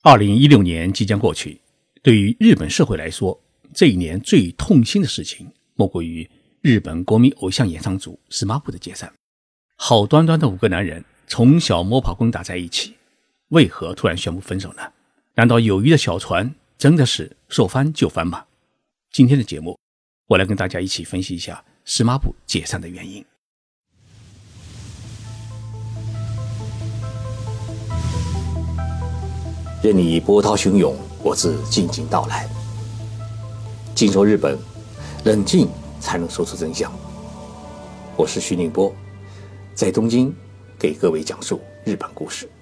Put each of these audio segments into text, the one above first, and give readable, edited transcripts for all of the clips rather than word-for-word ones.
2016年即将过去，对于日本社会来说，这一年最痛心的事情莫过于日本国民偶像演唱组 SMAP 的解散。好端端的5个男人从小摸爬滚打在一起，为何突然宣布分手呢？难道友谊的小船真的是说翻就翻吗？今天的节目，我来跟大家一起分析一下 SMAP 解散的原因。 任你波涛汹涌，我自静静到来。静说日本，冷静才能说出真相。我是徐宁波，在东京给各位讲述日本故事。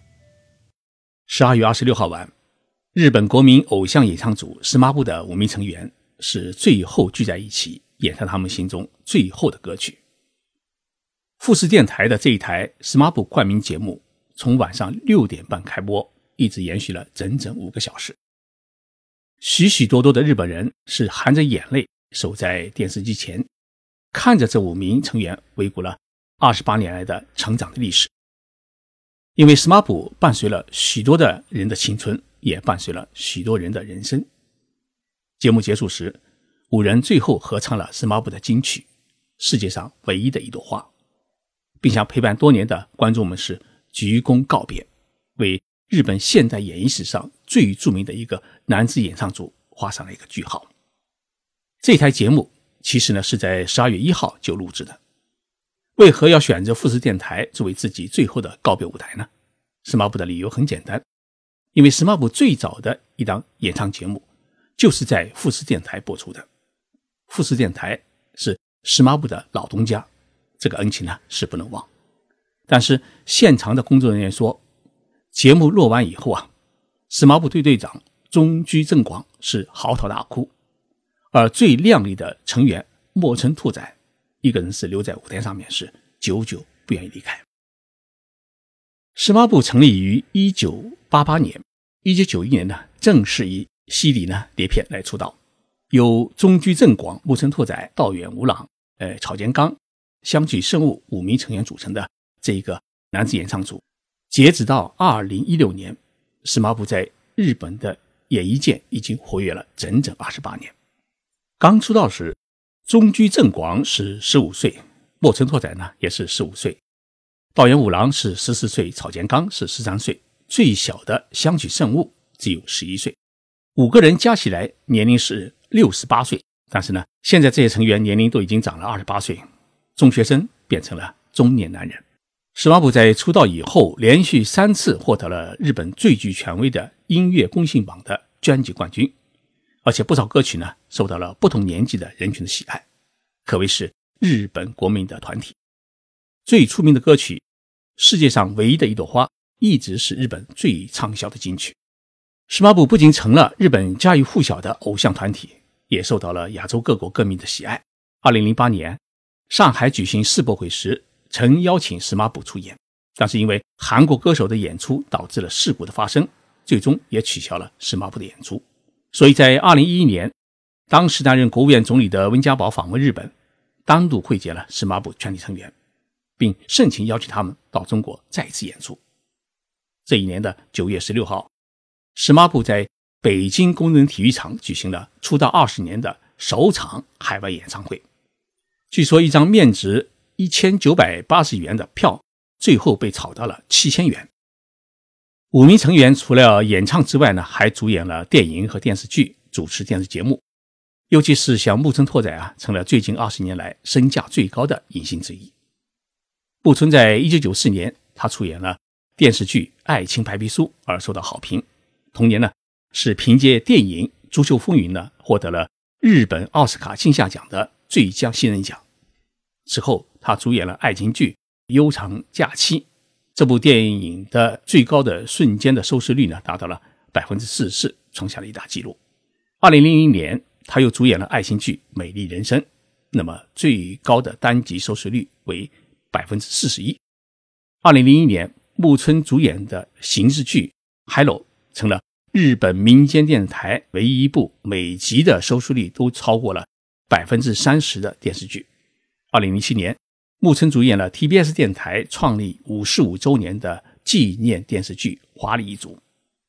12月26号晚，日本国民偶像演唱组 SMAP 的5名成员是最后聚在一起，演唱他们心中最后的歌曲。富士电台的这一台 SMAP 冠名节目从晚上6点半开播，一直延续了整整5个小时。许许多多的日本人是含着眼泪守在电视机前，看着这5名成员回顾了28年来的成长的历史。因为 SMAP 伴随了许多的人的青春，也伴随了许多人的人生。节目结束时，5人最后合唱了 SMAP 的金曲《世界上唯一的一朵花》，并向陪伴多年的观众们是鞠躬告别，为日本现代演艺史上最著名的一个男子演唱组画上了一个句号。这台节目其实呢是在12月1号就录制的。为何要选择富士电台作为自己最后的告别舞台呢？ SMAP 的理由很简单，因为 SMAP 最早的一档演唱节目就是在富士电台播出的。富士电台是 SMAP 的老东家，这个恩情呢是不能忘。但是现场的工作人员说，节目录完以后SMAP 队队长中居正广是嚎啕大哭，而最靓丽的成员莫村拓哉一个人是留在舞台上面，是久久不愿意离开。SMAP 成立于1988年 ,1991 年呢正式以西里呢碟片来出道，由中居正广、木村拓哉、道远吾郎、草间刚、相举圣悟5名成员组成的这一个男子演唱组。截止到2016年 SMAP 在日本的演艺界已经活跃了整整28年。刚出道时，中居正广是15岁，木村拓哉呢也是15岁，道远吾郎是14岁，草间刚是13岁，最小的相举圣悟只有11岁。5个人加起来年龄是68岁，但是呢现在这些成员年龄都已经长了28岁，中学生变成了中年男人。SMAP 在出道以后连续3次获得了日本最具权威的音乐公信榜的专辑冠军，而且不少歌曲呢受到了不同年纪的人群的喜爱，可谓是日本国民的团体。最出名的歌曲《世界上唯一的一朵花》一直是日本最畅销的金曲。SMAP 不仅成了日本家喻户晓的偶像团体，也受到了亚洲各国歌迷的喜爱。2008年上海举行世博会时曾邀请 SMAP 出演，但是因为韩国歌手的演出导致了事故的发生，最终也取消了 SMAP 的演出。所以在2011年，当时担任国务院总理的温家宝访问日本，单独会见了 SMAP 全体成员，并盛情邀请他们到中国再次演出。这一年的9月16号 SMAP 在北京工人体育场举行了出道20年的首场海外演唱会。据说一张面值1980元的票最后被炒到了7000元。5名成员除了演唱之外呢，还主演了电影和电视剧，主持电视节目。尤其是像木村拓哉成了最近20年来身价最高的影星之一。木村在1994年他出演了电视剧《爱情白皮书》而受到好评，同年呢是凭借电影《足球风云》呢获得了日本奥斯卡金像奖的最佳新人奖。此后他主演了爱情剧《悠长假期》，这部电影的最高的瞬间的收视率呢达到了 44%， 创下了一大纪录。2000年他又主演了爱情剧《美丽人生》，那么最高的单集收视率为 41%。 2001年木村主演的刑事剧《Hello》成了日本民间电视台唯一一部每集的收视率都超过了 30% 的电视剧。2007年木村主演了 TBS 电台创立55周年的纪念电视剧《华丽一族》。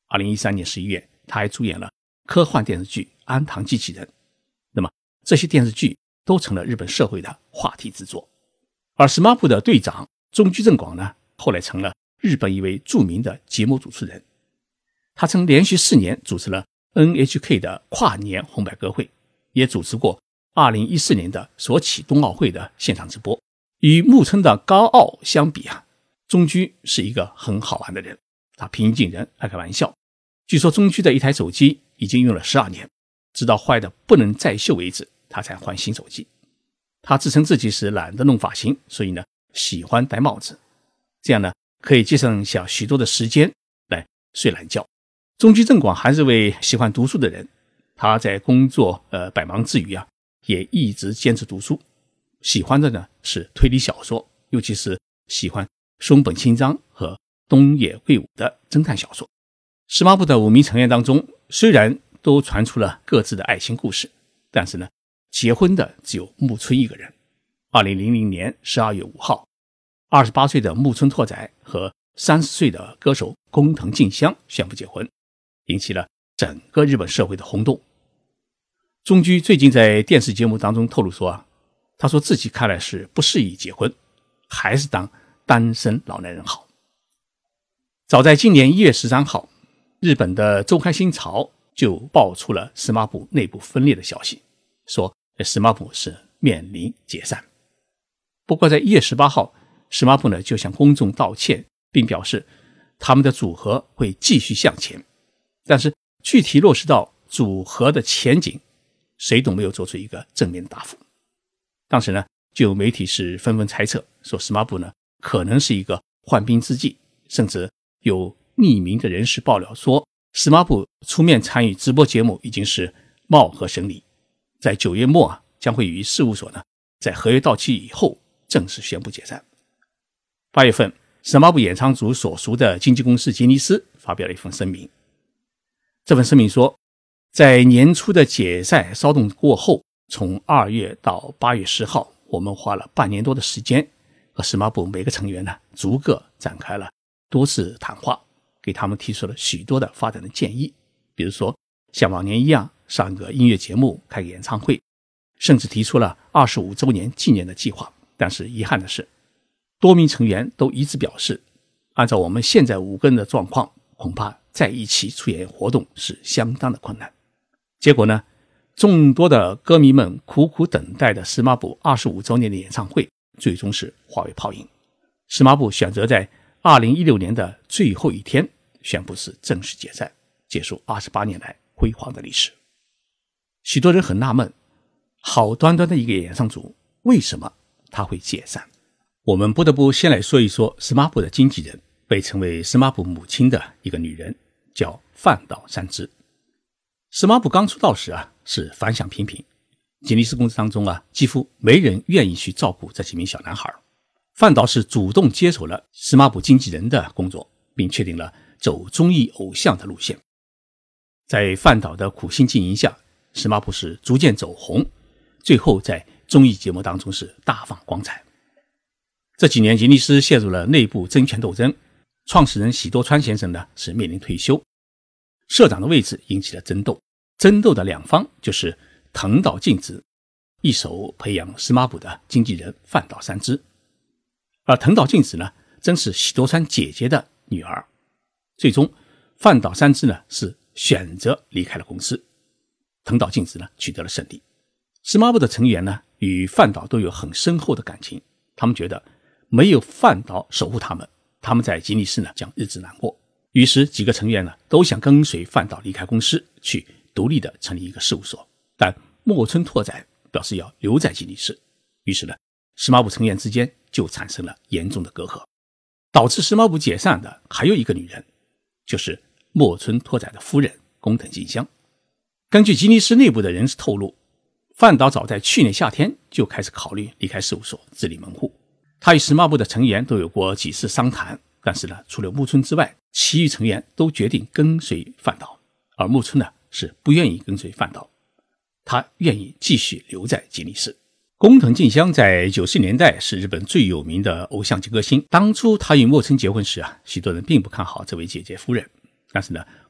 2013年11月，他还主演了科幻电视剧《安堂机器人》。那么这些电视剧都成了日本社会的话题之作。而 SMAP 的队长中居正广呢，后来成了日本一位著名的节目主持人。他曾连续4年主持了 NHK 的跨年红白歌会，也主持过2014年的索契冬奥会的现场直播。与木村的高傲相比中居是一个很好玩的人，他平易近人，爱开玩笑。据说中居的一台手机已经用了12年，直到坏的不能再修为止，他才换新手机。他自称自己是懒得弄发型，所以呢喜欢戴帽子，这样呢可以节省下许多的时间来睡懒觉。中居正广还是位喜欢读书的人，他在工作百忙之余也一直坚持读书，喜欢的呢是推理小说，尤其是喜欢松本清张和东野圭吾的侦探小说。SMAP 的5名成员当中，虽然都传出了各自的爱情故事，但是呢结婚的只有木村一个人。2000年12月5号，28岁的木村拓哉和30岁的歌手工藤静香宣布结婚，引起了整个日本社会的轰动。中居最近在电视节目当中透露说他说自己看来是不适宜结婚，还是当单身老男人好。早在今年1月13号，日本的周刊新潮就爆出了 SMAP 内部分裂的消息，说 SMAP 是面临解散。不过在1月18号 SMAP 呢就向公众道歉，并表示他们的组合会继续向前，但是具体落实到组合的前景，谁都没有做出一个正面的答复。当时呢就有媒体是纷纷猜测说 SMAP 呢可能是一个缓兵之计，甚至有匿名的人士爆料说 SMAP 出面参与直播节目已经是貌合神离，在9月末将会与事务所呢在合约到期以后正式宣布解散。8月份 SMAP 演唱组所属的经纪公司杰尼斯发表了一份声明，这份声明说，在年初的解散骚动过后，从2月到8月10号，我们花了半年多的时间和 SMAP 每个成员呢逐个展开了多次谈话，给他们提出了许多的发展的建议，比如说像往年一样上个音乐节目，开个演唱会，甚至提出了25周年纪念的计划。但是遗憾的是，多名成员都一致表示，按照我们现在5个人的状况，恐怕在一起出演活动是相当的困难。结果呢，众多的歌迷们苦苦等待的 SMAP 25周年的演唱会最终是化为泡影。SMAP 选择在2016年的最后一天宣布是正式解散，结束28年来辉煌的历史。许多人很纳闷，好端端的一个演唱组，为什么他会解散？我们不得不先来说一说 SMAP 的经纪人，被称为 SMAP 母亲的一个女人，叫饭岛三枝。SMAP 刚出道时是反响平平，吉尼斯公司当中几乎没人愿意去照顾这几名小男孩。饭岛是主动接手了 SMAP 经纪人的工作，并确定了走综艺偶像的路线。在饭岛的苦心经营下， SMAP 是逐渐走红，最后在综艺节目当中是大放光彩。这几年吉尼斯陷入了内部争权斗争，创始人喜多川先生呢是面临退休，社长的位置引起了争斗，争斗的两方就是藤岛静子一手培养 SMAP 的经纪人饭岛三枝，而藤岛静子呢正是喜多川姐姐的女儿。最终饭岛三枝呢是选择离开了公司，藤岛静子呢取得了胜利。 SMAP 的成员呢与饭岛都有很深厚的感情，他们觉得没有饭岛守护他们，他们在吉尼斯呢将日子难过。于是几个成员呢都想跟随饭岛离开公司，去独立的成立一个事务所，但墨村拓哉表示要留在吉尼斯，于是呢 SMAP 成员之间就产生了严重的隔阂。导致 SMAP 解散的还有一个女人，就是墨村拓哉的夫人工藤静香。根据吉尼斯内部的人士透露，饭岛早在去年夏天就开始考虑离开事务所自立门户，他与 SMAP 的成员都有过几次商谈，但是呢除了木村之外，其余成员都决定跟随饭岛，而木村呢是不愿意跟随饭岛，他愿意继续留在吉尼斯。工藤静香在90年代是日本最有名的偶像级歌星，当初他与墨村结婚时许多人并不看好这位姐姐夫人，但是呢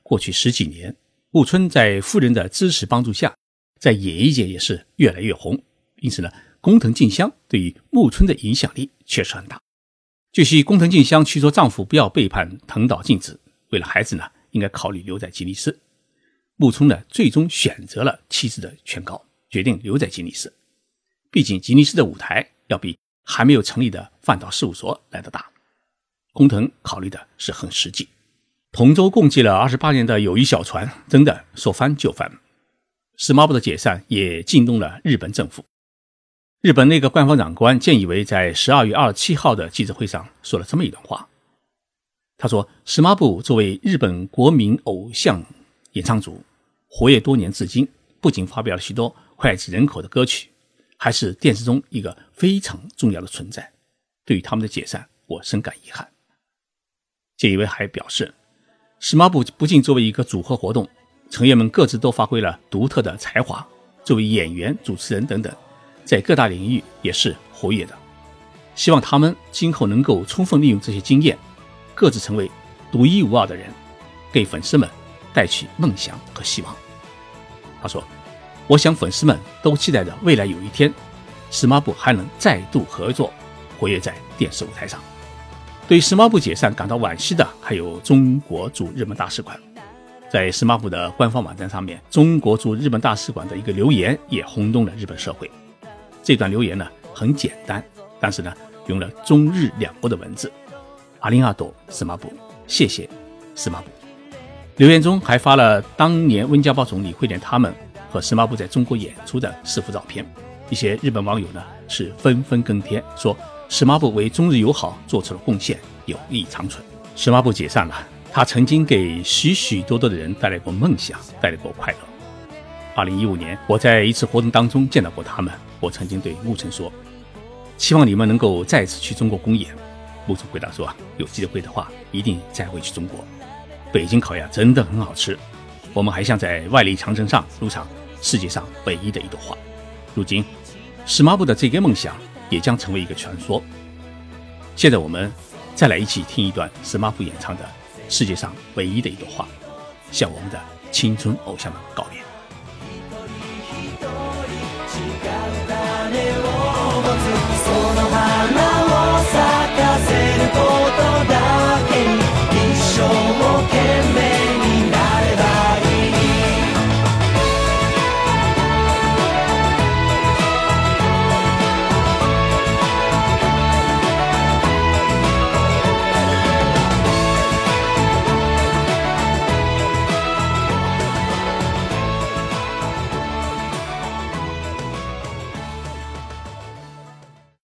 过去10几年，木村在夫人的支持帮助下，在演艺界也是越来越红。因此呢，工藤静香对于木村的影响力确实很大。据悉，工藤静香劝说丈夫不要背叛藤岛静子，为了孩子呢，应该考虑留在吉尼斯。木村呢，最终选择了妻子的劝告，决定留在吉尼斯。毕竟吉尼斯的舞台要比还没有成立的饭岛事务所来得大。工藤考虑的是很实际。同舟共济了28年的友谊小船真的说翻就翻。时髦部的解散也惊动了日本政府。日本内阁官方长官菅义伟在12月27号的记者会上说了这么一段话。他说，时髦部作为日本国民偶像演唱组，活跃多年至今，不仅发表了许多脍炙人口的歌曲，还是电视中一个非常重要的存在。对于他们的解散，我深感遗憾。菅义伟还表示，时髦部不仅作为一个组合活动，成员们各自都发挥了独特的才华，作为演员、主持人等等，在各大领域也是活跃的。希望他们今后能够充分利用这些经验，各自成为独一无二的人，给粉丝们带去梦想和希望。他说，我想粉丝们都期待着未来有一天，时髦部还能再度合作，活跃在电视舞台上。对于时髦部解散感到惋惜的还有中国驻日本大使馆。在时髦部的官方网站上面，中国驻日本大使馆的一个留言也轰动了日本社会。这段留言呢很简单，但是呢用了中日两国的文字，阿里阿多时髦部，谢谢时髦部。留言中还发了当年温家宝总理会见他们和时髦部在中国演出的4幅照片。一些日本网友呢是纷纷跟帖说，时髦部为中日友好做出了贡献，友谊长存。时髦部解散了，他曾经给许许多多的人带来过梦想，带来过快乐。2015年，我在一次活动当中见到过他们，我曾经对木村说，希望你们能够再次去中国公演。木村回答说，有机会的话一定再回去中国。北京烤鸭真的很好吃，我们还想在万里长城上入场世界上唯一的一朵花。如今时髦部的这个梦想也将成为一个传说。现在我们再来一起听一段时髦部演唱的世界上唯一的一朵花，向我们的青春偶像们告别。